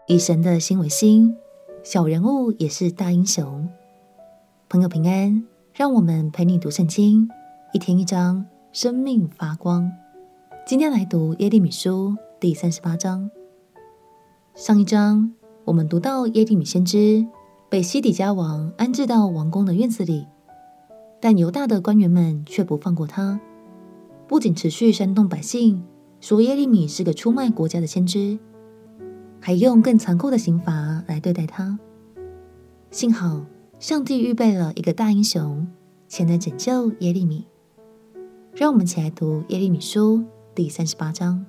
以神的心为心，小人物也是大英雄。朋友平安，让我们陪你读圣经，一天一章，生命发光。今天来读耶利米书第38章。上一章我们读到耶利米先知被西底家王安置到王宫的院子里，但犹大的官员们却不放过他，不仅持续煽动百姓说耶利米是个出卖国家的先知，还用更残酷的刑罚来对待他。幸好上帝预备了一个大英雄前来拯救耶利米。让我们一起来读耶利米书第38章。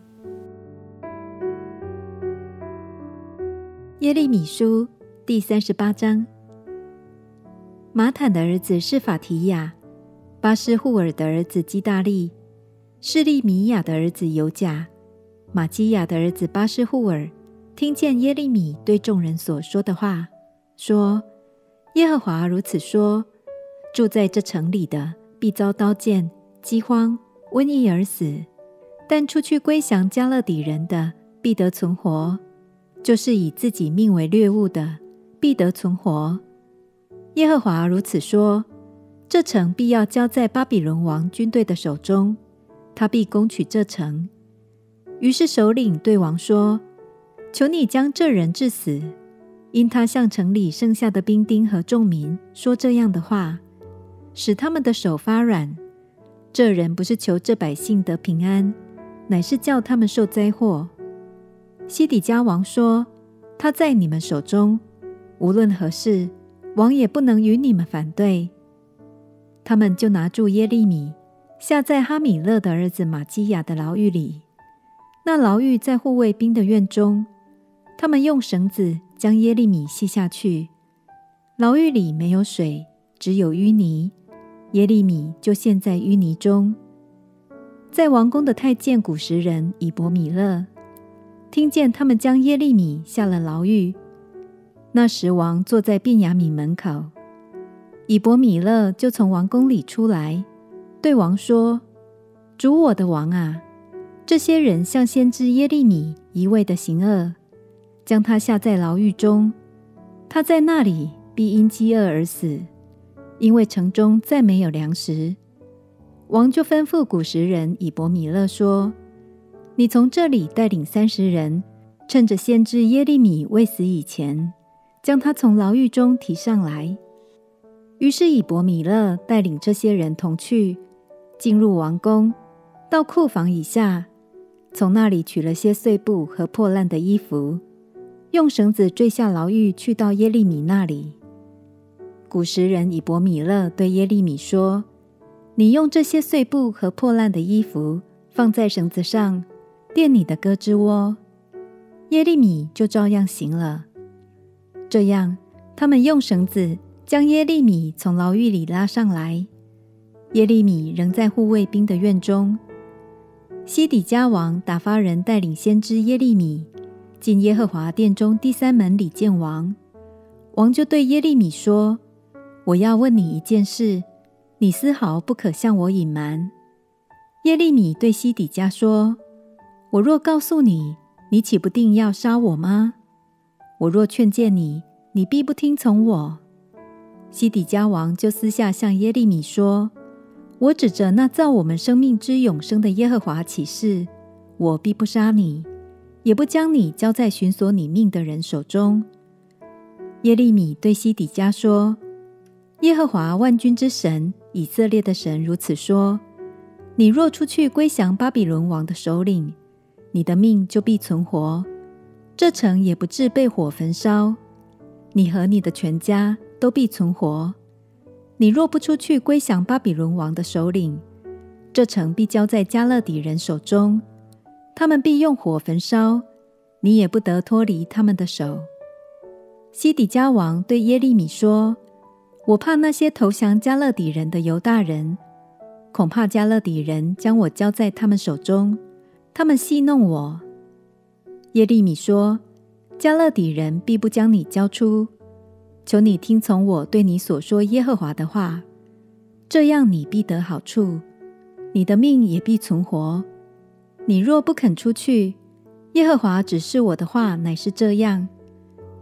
耶利米书第38章。马坦的儿子是法提亚，巴施户尔的儿子基大利，示利米亚的儿子犹甲，马基亚的儿子巴施户尔，听见耶利米对众人所说的话，说：耶和华如此说，住在这城里的必遭刀剑、饥荒、瘟疫而死，但出去归降迦勒底人的必得存活，就是以自己命为掠物的必得存活。耶和华如此说，这城必要交在巴比伦王军队的手中，他必攻取这城。于是首领对王说：求你将这人治死，因他向城里剩下的兵丁和众民说这样的话，使他们的手发软。这人不是求这百姓得平安，乃是叫他们受灾祸。西底家王说：他在你们手中，无论何事，王也不能与你们反对。他们就拿住耶利米，下在哈米勒的儿子马基亚的牢狱里。那牢狱在护卫兵的院中，他们用绳子将耶利米系下去。牢狱里没有水，只有淤泥，耶利米就陷在淤泥中。在王宫的太监古时人以伯米勒听见他们将耶利米下了牢狱，那时王坐在便雅悯门口，以伯米勒就从王宫里出来，对王说：主我的王啊，这些人向先知耶利米一味的行恶，将他下在牢狱中，他在那里必因饥饿而死，因为城中再没有粮食。王就吩咐古时人以伯米勒说：你从这里带领30人，趁着先知耶利米未死以前，将他从牢狱中提上来。于是以伯米勒带领这些人同去，进入王宫，到库房以下，从那里取了些碎布和破烂的衣服，用绳子坠下牢狱，去到耶利米那里。古时人以伯米勒对耶利米说：你用这些碎布和破烂的衣服放在绳子上，垫你的胳肢窝。耶利米就照样行了。这样，他们用绳子将耶利米从牢狱里拉上来。耶利米仍在护卫兵的院中。西底家王打发人带领先知耶利米进耶和华殿中第3门里见王。王就对耶利米说：我要问你一件事，你丝毫不可向我隐瞒。耶利米对西底家说：我若告诉你，你岂不定要杀我吗？我若劝谏你，你必不听从我。西底家王就私下向耶利米说：我指着那造我们生命之永生的耶和华起誓，我必不杀你，也不将你交在寻索你命的人手中。耶利米对西底家说：耶和华万军之神，以色列的神如此说：你若出去归降巴比伦王的首领，你的命就必存活，这城也不致被火焚烧，你和你的全家都必存活。你若不出去归降巴比伦王的首领，这城必交在迦勒底人手中，他们必用火焚烧，你也不得脱离他们的手。西底家王对耶利米说：我怕那些投降迦勒底人的犹大人，恐怕迦勒底人将我交在他们手中，他们戏弄我。耶利米说：迦勒底人必不将你交出，求你听从我对你所说耶和华的话，这样你必得好处，你的命也必存活。你若不肯出去，耶和华指示我的话乃是这样：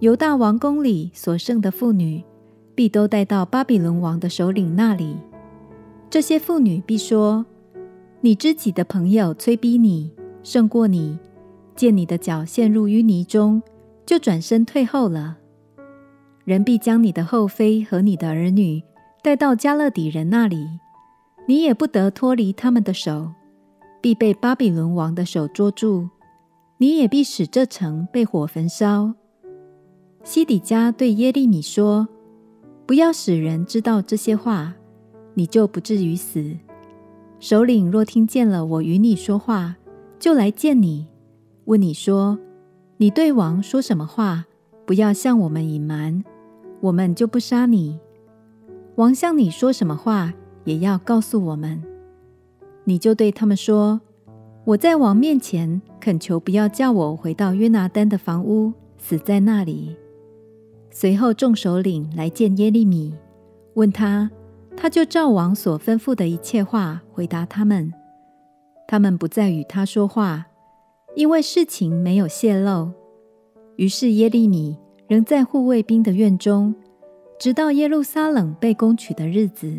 犹大王宫里所剩的妇女，必都带到巴比伦王的首领那里。这些妇女必说：你知己的朋友催逼你，胜过你，见你的脚陷入淤泥中，就转身退后了。人必将你的后妃和你的儿女带到加勒底人那里，你也不得脱离他们的手，必被巴比伦王的手捉住，你也必使这城被火焚烧。西底家对耶利米说：不要使人知道这些话，你就不至于死。首领若听见了我与你说话，就来见你，问你说：你对王说什么话？不要向我们隐瞒，我们就不杀你。王向你说什么话，也要告诉我们。你就对他们说：我在王面前恳求不要叫我回到约拿单的房屋，死在那里。随后众首领来见耶利米，问他，他就照王所吩咐的一切话回答他们。他们不再与他说话，因为事情没有泄露。于是耶利米仍在护卫兵的院中，直到耶路撒冷被攻取的日子。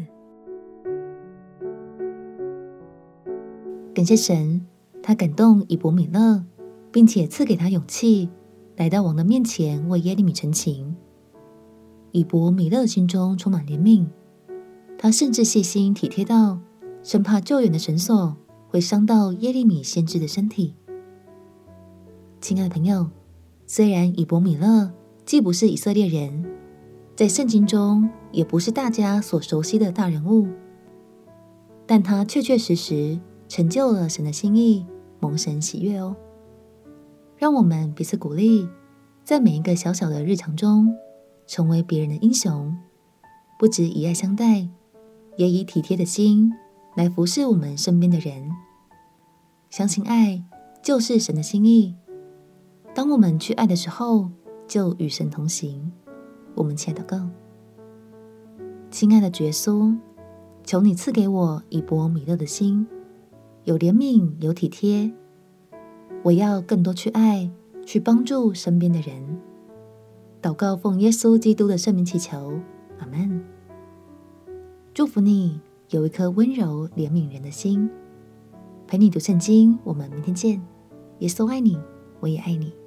感谢神，他感动以伯米勒，并且赐给他勇气，来到王的面前为耶利米陈情。以伯米勒心中充满怜悯，他甚至细心体贴到，生怕救援的绳索会伤到耶利米先知的身体。亲爱的朋友，虽然以伯米勒既不是以色列人，在圣经中也不是大家所熟悉的大人物，但他确确实实成就了神的心意，蒙神喜悦哦。让我们彼此鼓励，在每一个小小的日常中，成为别人的英雄，不只以爱相待，也以体贴的心来服侍我们身边的人。相信爱就是神的心意，当我们去爱的时候，就与神同行。我们且祷告。亲爱的主耶稣，求你赐给我以伯米勒的心，有怜悯，有体贴。我要更多去爱，去帮助身边的人。祷告奉耶稣基督的圣名祈求，阿们。祝福你有一颗温柔怜悯人的心。陪你读圣经，我们明天见。耶稣爱你，我也爱你。